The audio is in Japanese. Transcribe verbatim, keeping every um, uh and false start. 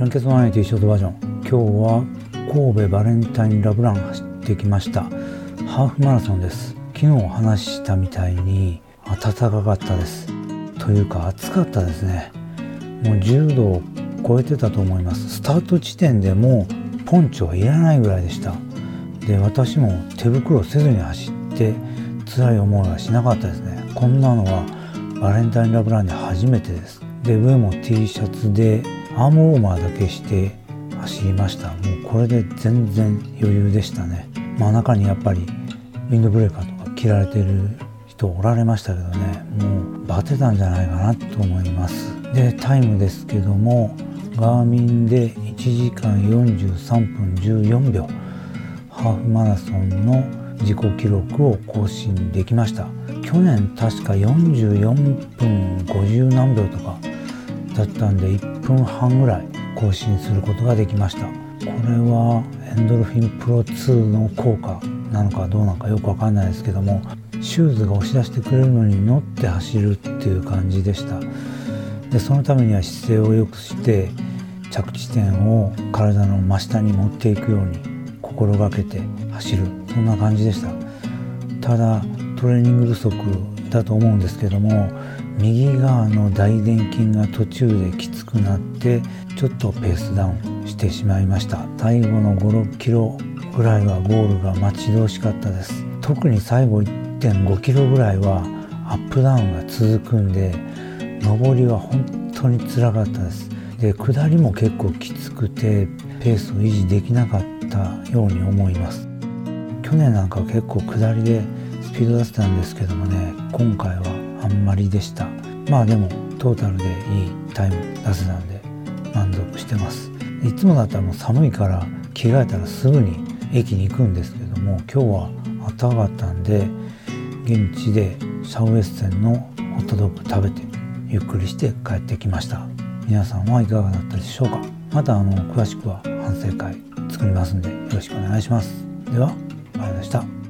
ランケツワンエイティショートバージョン。今日は神戸バレンタインラブラン走ってきました。ハーフマラソンです。昨日話したみたいに暖かかったです。というか暑かったですね。もうじゅうどを超えてたと思います。スタート地点でもうポンチョはいらないぐらいでした。で、私も手袋せずに走って辛い思いはしなかったですね。こんなのはバレンタインラブランで初めてです。で、上も T シャツでアームウォーマーだけして走りました。もうこれで全然余裕でしたね。まあ中にやっぱりウィンドブレーカーとか切られてる人おられましたけどね、もうバテたんじゃないかなと思います。で、タイムですけどもガーミンでいちじかんよんじゅうさんぷんじゅうよんびょう、ハーフマラソンの自己記録を更新できました。去年確かよんじゅうよんぷんごじゅうなんびょうとかだったんでいっぷんはんぐらい更新することができました。これはエンドルフィンプロツーの効果なのかどうなのかよくわかんないですけども、シューズが押し出してくれるのに乗って走るっていう感じでした。で、そのためには姿勢を良くして着地点を体の真下に持っていくように心がけて走る、そんな感じでした。ただトレーニング不足だと思うんですけども、右側の大臀筋が途中できつくなってちょっとペースダウンしてしまいました。最後のご、ろっキロぐらいはゴールが待ち遠しかったです。特に最後 いってんごキロぐらいはアップダウンが続くんで、上りは本当に辛かったです。で、下りも結構きつくてペースを維持できなかったように思います。去年なんかは結構下りでスピード出せたんですけどもね、今回はあんまりでした。まあでもトータルでいいタイム出せたんで満足してます。いつもだったらもう寒いから着替えたらすぐに駅に行くんですけども、今日は暖かかったんで現地でシャウエッセンのホットドッグ食べてゆっくりして帰ってきました。皆さんはいかがだったでしょうか。またあの詳しくは反省会作りますんでよろしくお願いします。では、ありがとうございました。